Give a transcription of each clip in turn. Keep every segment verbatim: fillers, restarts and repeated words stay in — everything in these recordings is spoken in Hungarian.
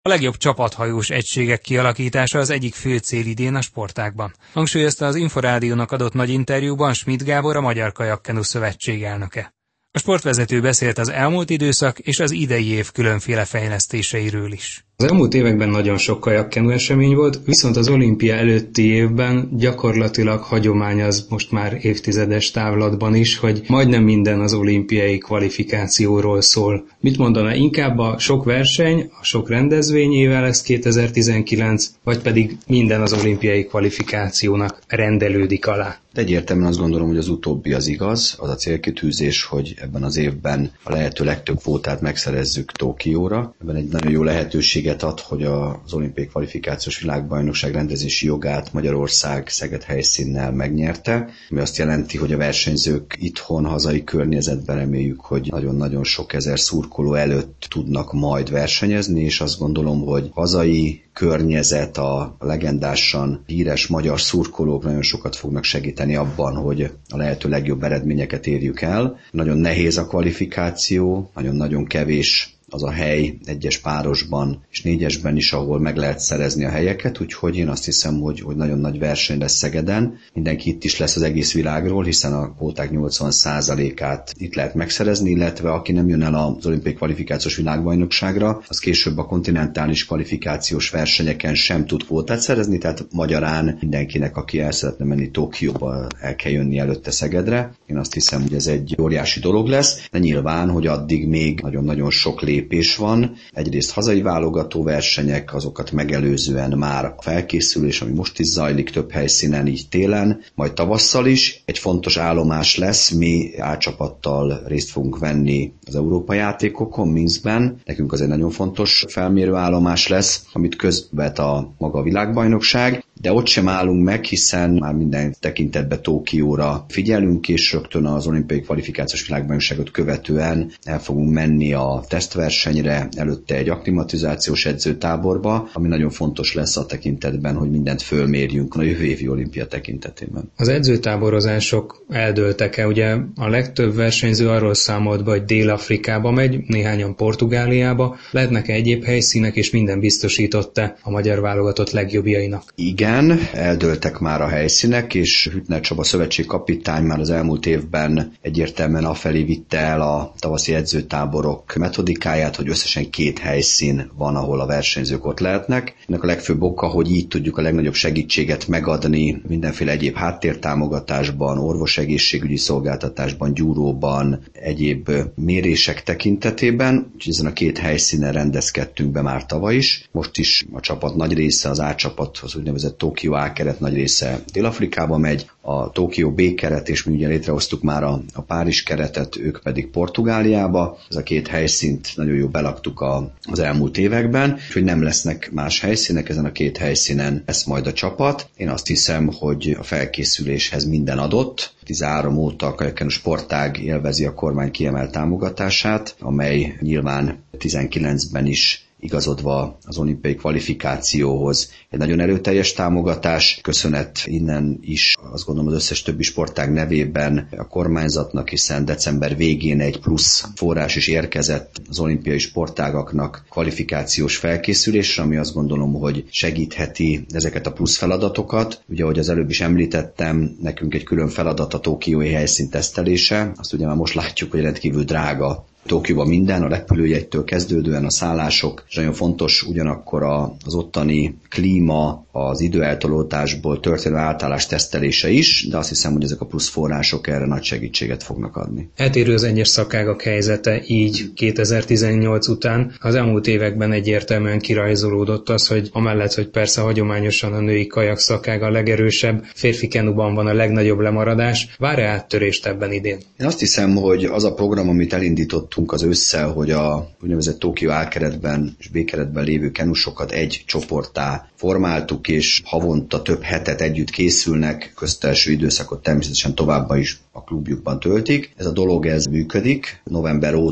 A legjobb csapathajós egységek kialakítása az egyik fő cél idén a sportágban. Hangsúlyozta az Inforádiónak adott nagy interjúban Schmidt Gábor, a Magyar Kajakkenu Szövetség elnöke. A sportvezető beszélt az elmúlt időszak és az idei év különféle fejlesztéseiről is. Az elmúlt években nagyon sok kajakkenu esemény volt, viszont az olimpia előtti évben gyakorlatilag hagyomány az most már évtizedes távlatban is, hogy majdnem minden az olimpiai kvalifikációról szól. Mit mondana, inkább a sok verseny, a sok rendezvényével lesz kétezer-tizenkilenc, vagy pedig minden az olimpiai kvalifikációnak rendelődik alá? Egyértelműen azt gondolom, hogy az utóbbi az igaz, az a célkitűzés, hogy ebben az évben a lehető legtöbb kvótát megszerezzük Tokióra. Ebben egy nagyon jó lehetőséget ad, hogy az olimpiai kvalifikációs világbajnokság rendezési jogát Magyarország Szeged helyszínnel megnyerte, ami azt jelenti, hogy a versenyzők itthon, hazai környezetben reméljük, hogy nagyon-nagyon sok ezer szurkoló előtt tudnak majd versenyezni, és azt gondolom, hogy hazai környezet, a legendásan híres magyar szurkolók nagyon sokat fognak segíteni abban, hogy a lehető legjobb eredményeket érjük el. Nagyon nehéz a kvalifikáció, nagyon-nagyon kevés az a hely egyes párosban és négyesben is, ahol meg lehet szerezni a helyeket, úgyhogy én azt hiszem, hogy, hogy nagyon nagy verseny lesz Szegeden. Mindenki itt is lesz az egész világról, hiszen a kvóták nyolcvan százalékát itt lehet megszerezni, illetve aki nem jön el az olimpiai kvalifikációs világbajnokságra, az később a kontinentális kvalifikációs versenyeken sem tud kvótát szerezni, tehát magyarán mindenkinek, aki el szeretne menni Tokióba, el kell jönni előtte Szegedre. Én azt hiszem, hogy ez egy óriási dolog lesz, de nyilván, hogy addig még nagyon-nagyon sok lép lépés van. Egyrészt hazai válogató versenyek, azokat megelőzően már a felkészülés, ami most is zajlik több helyszínen, így télen, majd tavasszal is. Egy fontos állomás lesz, mi A-csapattal részt fogunk venni az Európa játékokon, Minskben. Nekünk az egy nagyon fontos felmérő állomás lesz, amit közvet a maga a világbajnokság. De ott sem állunk meg, hiszen már minden tekintetben Tokióra figyelünk, és rögtön az olimpiai kvalifikációs világbajnokságot követően el fogunk menni a tesztversenyre, előtte egy akklimatizációs edzőtáborba, ami nagyon fontos lesz a tekintetben, hogy mindent fölmérjünk a jövő évi olimpia tekintetében. Az edzőtáborozások eldőltek-e? Ugye a legtöbb versenyző arról számolt be, hogy Dél-Afrikába megy, néhányan Portugáliába. Lehetnek-e egyéb helyszínek, és minden biztosított-e a magyar válogatott legjobbjainak? Igen. Igen, eldőltek már a helyszínek, és Hüttner Csaba szövetségkapitány már az elmúlt évben egyértelműen afelé vitte el a tavaszi edzőtáborok metodikáját, hogy összesen két helyszín van, ahol a versenyzők ott lehetnek. Ennek a legfőbb oka, hogy így tudjuk a legnagyobb segítséget megadni mindenféle egyéb háttértámogatásban, orvosegészségügyi szolgáltatásban, gyúróban, egyéb mérések tekintetében. Úgyhogy ezen a két helyszínen rendezkedtünk be már tavaly is. Most is a csapat nagy része, az A-csapat, az úgynevezett Tokió A keret nagy része Dél-Afrikába megy, a Tokió B keret, és mi ugye létrehoztuk már a, a Párizs keretet, ők pedig Portugáliába. Ez a két helyszínt nagyon jól belaktuk a, az elmúlt években, úgyhogy nem lesznek más helyszínek, ezen a két helyszínen lesz majd a csapat. Én azt hiszem, hogy a felkészüléshez minden adott. tizenhárom óta a kajakkenu sportág élvezi a kormány kiemelt támogatását, amely nyilván tizenkilencben is igazodva az olimpiai kvalifikációhoz. Egy nagyon erőteljes támogatás, köszönet innen is, azt gondolom az összes többi sportág nevében a kormányzatnak, hiszen december végén egy plusz forrás is érkezett az olimpiai sportágaknak kvalifikációs felkészülésre, ami azt gondolom, hogy segítheti ezeket a plusz feladatokat. Ugye, ahogy az előbb is említettem, nekünk egy külön feladat a tokiói helyszín tesztelése. Azt ugye már most látjuk, hogy rendkívül drága Tokióban minden, a repülőjegytől kezdődően a szállások, és nagyon fontos ugyanakkor az ottani klíma, az időeltolódásból történő átállás tesztelése is, de azt hiszem, hogy ezek a plusz források erre nagy segítséget fognak adni. Eltérő az egyes szakágak helyzete, így kétezer-tizennyolc után az elmúlt években egyértelműen kirajzolódott az, hogy amellett, hogy persze hagyományosan a női kajak szakág a legerősebb, férfi kenuban van a legnagyobb lemaradás. Vár-e áttörést ebben idén? Én azt hiszem, hogy az a program, amit elindítottunk az ősszel, hogy a úgynevezett Tokió A keretben és B keretben lévő kenusokat egy csoporttá formáltuk, és havonta több hetet együtt készülnek, köztelső időszakot természetesen továbbá is a klubjukban töltik. Ez a dolog ez működik. November óta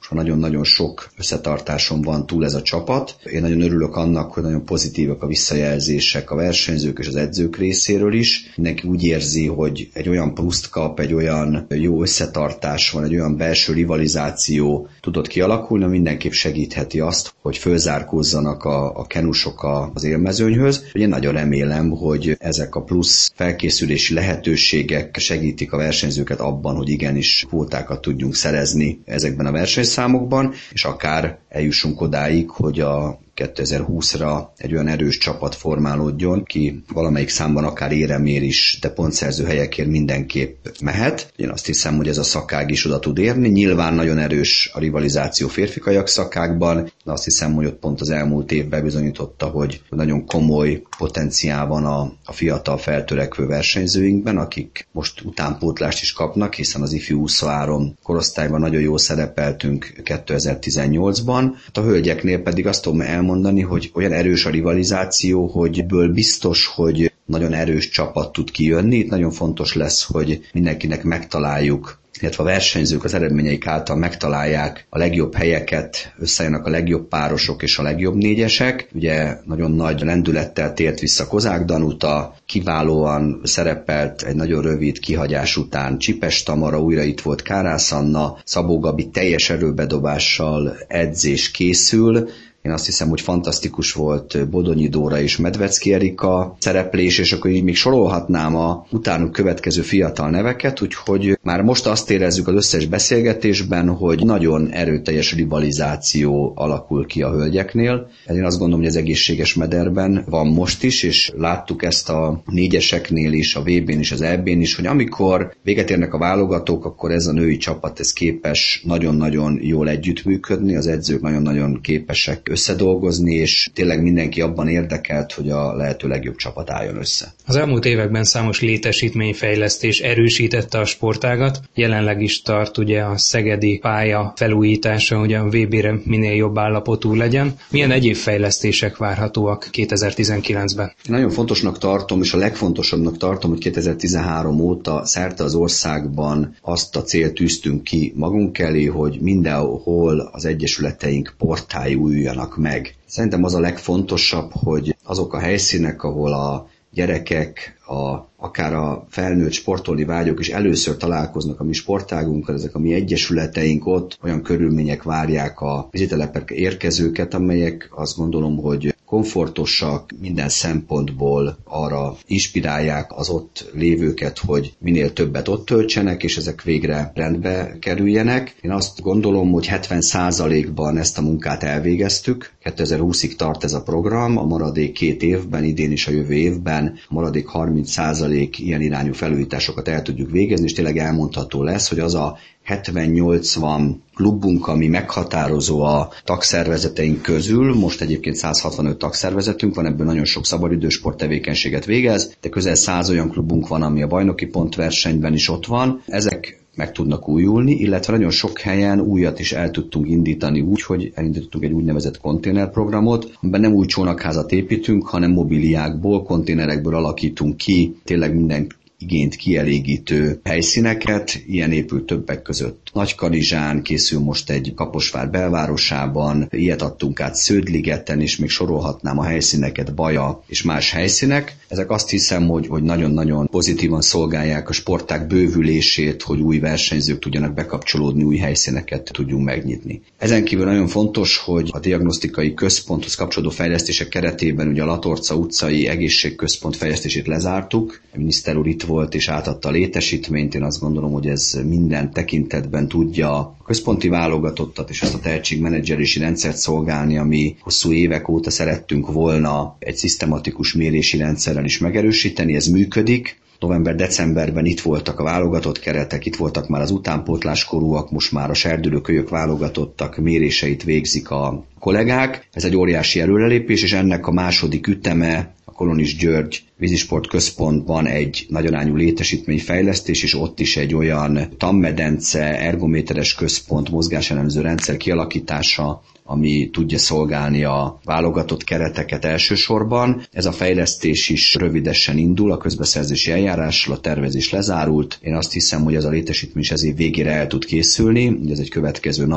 most nagyon-nagyon sok összetartáson van túl ez a csapat. Én nagyon örülök annak, hogy nagyon pozitívak a visszajelzések a versenyzők és az edzők részéről is. Mindenki úgy érzi, hogy egy olyan pluszt kap, egy olyan jó összetartás van, egy olyan belső rivalizáció tudott kialakulni, ami mindenképp segítheti azt, hogy fölzárkózzanak a, a kenusok az élmezőnyhöz. Én nagyon remélem, hogy ezek a plusz felkészülési lehetőségek segítik a versenyzőket abban, hogy igenis kvótákat tudjunk szerezni ezekben a versenyszámokban, és akár eljussunk odáig, hogy a kétezer-húszra egy olyan erős csapat formálódjon, ki valamelyik számban akár éremér is, de pontszerző helyekért mindenképp mehet. Én azt hiszem, hogy ez a szakág is oda tud érni. Nyilván nagyon erős a rivalizáció férfi-kajak szakágban, de azt hiszem, hogy ott pont az elmúlt évben bizonyította, hogy nagyon komoly potenciál van a, a fiatal feltörekvő versenyzőinkben, akik most utánpótlást is kapnak, hiszen az ifjú huszonhárom korosztályban nagyon jól szerepeltünk kétezer-tizennyolcban. A hölgyeknél pedig azt tudom elmondani, mondani, hogy olyan erős a rivalizáció, hogy ebből biztos, hogy nagyon erős csapat tud kijönni. Itt nagyon fontos lesz, hogy mindenkinek megtaláljuk, illetve a versenyzők az eredményeik által megtalálják a legjobb helyeket, összejönnek a legjobb párosok és a legjobb négyesek. Ugye nagyon nagy lendülettel tért vissza Kozák Danuta, kiválóan szerepelt egy nagyon rövid kihagyás után Csipes Tamara, újra itt volt Kárász Anna, Szabó Gabi teljes erőbedobással edzés készül. Én azt hiszem, hogy fantasztikus volt Bodonyi Dóra és Medvecki Erika szereplés, és akkor így még sorolhatnám a utánuk következő fiatal neveket, úgyhogy már most azt érezzük az összes beszélgetésben, hogy nagyon erőteljes rivalizáció alakul ki a hölgyeknél. Én azt gondolom, hogy az egészséges mederben van most is, és láttuk ezt a négyeseknél is, a vé bén is, az é bén is, hogy amikor véget érnek a válogatók, akkor ez a női csapat ez képes nagyon-nagyon jól együttműködni, az edzők nagyon-nagyon képesek összedolgozni, és tényleg mindenki abban érdekelt, hogy a lehető legjobb csapat álljon össze. Az elmúlt években számos létesítményfejlesztés erősítette a sportágat. Jelenleg is tart ugye a szegedi pálya felújítása, hogy a vé bére minél jobb állapotú legyen. Milyen egyéb fejlesztések várhatóak kétezer-tizenkilencben? Én nagyon fontosnak tartom, és a legfontosabbnak tartom, hogy kétezer-tizenhárom óta szerte az országban azt a célt tűztünk ki magunk elé, hogy mindenhol az egyesületeink portái újuljanak meg. Szerintem az a legfontosabb, hogy azok a helyszínek, ahol a gyerekek, a, akár a felnőtt sportolni vágyók is először találkoznak a mi sportágunkkal, ezek a mi egyesületeink, ott olyan körülmények várják a vízitelepek érkezőket, amelyek azt gondolom, hogy komfortosak, minden szempontból arra inspirálják az ott lévőket, hogy minél többet ott töltsenek, és ezek végre rendbe kerüljenek. Én azt gondolom, hogy hetven százalékban ezt a munkát elvégeztük. kétezer-húszig tart ez a program, a maradék két évben, idén is a jövő évben, a maradék harminc százalék ilyen irányú felújításokat el tudjuk végezni, és tényleg elmondható lesz, hogy az a hetven-nyolcvan klubunk, ami meghatározó a tagszervezeteink közül, most egyébként száz hatvanöt tagszervezetünk van, ebből nagyon sok szabadidősport tevékenységet végez, de közel száz olyan klubunk van, ami a bajnoki pontversenyben is ott van. Ezek meg tudnak újulni, illetve nagyon sok helyen újat is el tudtunk indítani úgy, hogy elindítottunk egy úgynevezett konténerprogramot, amiben nem új csónakházat építünk, hanem mobiliákból, konténerekből alakítunk ki tényleg minden igényt kielégítő helyszíneket, ilyen épült többek között Nagykanizsán, készül most egy Kaposvár belvárosában, ilyet adtunk át Sződligeten, és még sorolhatnám a helyszíneket, Baja és más helyszínek. Ezek azt hiszem, hogy, hogy nagyon-nagyon pozitívan szolgálják a sportág bővülését, hogy új versenyzők tudjanak bekapcsolódni, új helyszíneket tudjunk megnyitni. Ezen kívül nagyon fontos, hogy a diagnosztikai központhoz kapcsolódó fejlesztések keretében ugye a Latorca utcai egészségközpont fejlesztését lezártuk. A miniszter úr itt volt és átadta a létesítményt. Én azt gondolom, hogy ez minden tekintetben tudja a központi válogatottat és azt a tehetségmenedzselési rendszert szolgálni, ami hosszú évek óta szerettünk volna egy szisztematikus mérési rendszerrel is megerősíteni. Ez működik. November-decemberben itt voltak a válogatott keretek, itt voltak már az utánpótláskorúak, most már a serdülőkölyök válogatottak, méréseit végzik a kollégák. Ez egy óriási előrelépés, és ennek a második üteme a Kolonis György vízisport központban egy nagyarányú létesítményfejlesztés, és ott is egy olyan tanmedence, ergométeres központ, mozgáselemző rendszer kialakítása, ami tudja szolgálni a válogatott kereteket elsősorban. Ez a fejlesztés is rövidesen indul, a közbeszerzési eljárással, a tervezés lezárult. Én azt hiszem, hogy ez a létesítmény is ez év végére el tud készülni, ez egy következő nagy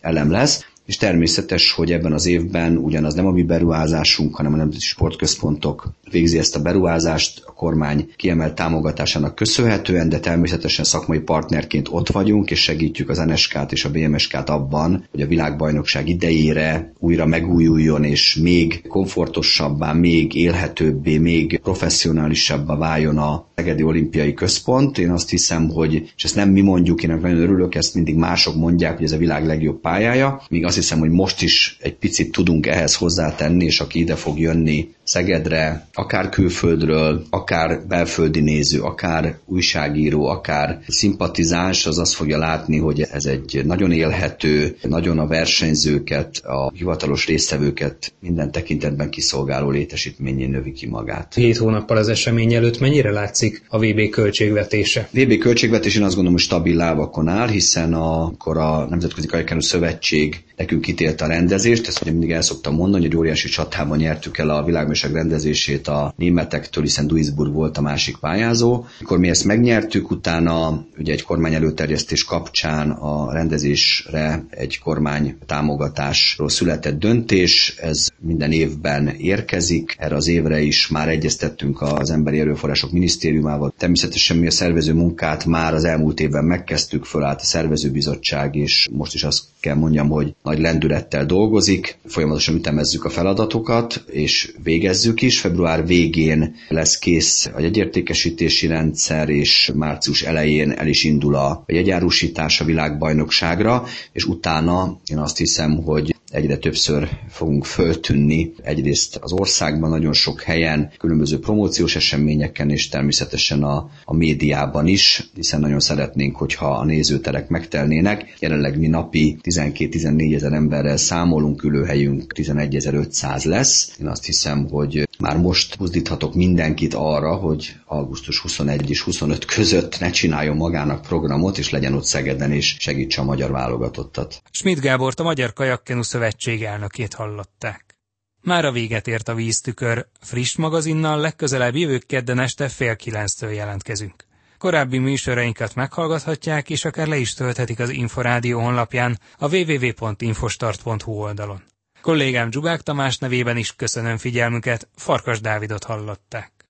elem lesz. És természetes, hogy ebben az évben ugyanaz nem a mi beruházásunk, hanem a nemzeti sportközpontok végzi ezt a beruházást a kormány kiemelt támogatásának köszönhetően, de természetesen szakmai partnerként ott vagyunk, és segítjük az en es ká-t és a bé em es ká-t abban, hogy a világbajnokság idejére újra megújuljon, és még komfortosabbá, még élhetőbbé, még professzionálisabbá váljon a Szegedi Olimpiai Központ. Én azt hiszem, hogy, és ezt nem mi mondjuk, én nagyon örülök, ezt mindig mások mondják, hogy ez a világ legjobb pályája, míg azt hiszem, hogy most is egy picit tudunk ehhez hozzátenni, és aki ide fog jönni Szegedre, akár külföldről, akár belföldi néző, akár újságíró, akár szimpatizáns, az azt fogja látni, hogy ez egy nagyon élhető, nagyon a versenyzőket, a hivatalos résztvevőket minden tekintetben kiszolgáló létesítményén növi ki magát. Hét hónappal az esemény előtt mennyire látszik a vé bé költségvetése? vé bé költségvetés én azt gondolom, hogy stabil lábakon áll, hiszen akkor a Nemzetközi Kajak-Kenu Szövetség nekünk ítélte a rendezést, ezt ugye mindig el szoktam mondani, hogy óriási csatában nyertük el a világbajnokság rendezését a németektől, hiszen Duisburg volt a másik pályázó. Mikor mi ezt megnyertük, utána ugye egy kormány előterjesztés kapcsán a rendezésre egy kormány támogatásról született döntés, ez minden évben érkezik, erre az évre is már egyeztettünk az Emberi Erőforrások Minisztériumával. Természetesen mi a szervező munkát már az elmúlt évben megkezdtük, fölállt a szervezőbizottság, és most is azt kell mondjam, hogy nagy lendülettel dolgozik, folyamatosan ütemezzük a feladatokat, és végezzük is. Február végén lesz kész a jegyértékesítési rendszer, és március elején el is indul a jegyárusítás a világbajnokságra, és utána én azt hiszem, hogy egyre többször fogunk föltűnni egyrészt az országban, nagyon sok helyen, különböző promóciós eseményeken, és természetesen a, a médiában is, hiszen nagyon szeretnénk, hogyha a nézőterek megtelnének. Jelenleg mi napi tizenkét-tizennégy ezer emberrel számolunk, ülőhelyünk tizenegyezer-ötszáz lesz. Én azt hiszem, hogy már most buzdíthatok mindenkit arra, hogy augusztus huszonegy és huszonöt között ne csináljon magának programot, és legyen ott Szegeden, és segítse a magyar válogatottat. Schmidt Gábort, a Magyar Kajak-Kenu Szövetség elnökét hallották. Mára véget ért a Víztükör. Friss magazinnal legközelebb jövő kedden este fél kilenctől jelentkezünk. Korábbi műsorainkat meghallgathatják, és akár le is tölthetik az Inforádió honlapján, a double-u double-u double-u pont infostart pont hu oldalon. Kollégám Zsubák Tamás nevében is köszönöm figyelmüket, Farkas Dávidot hallották.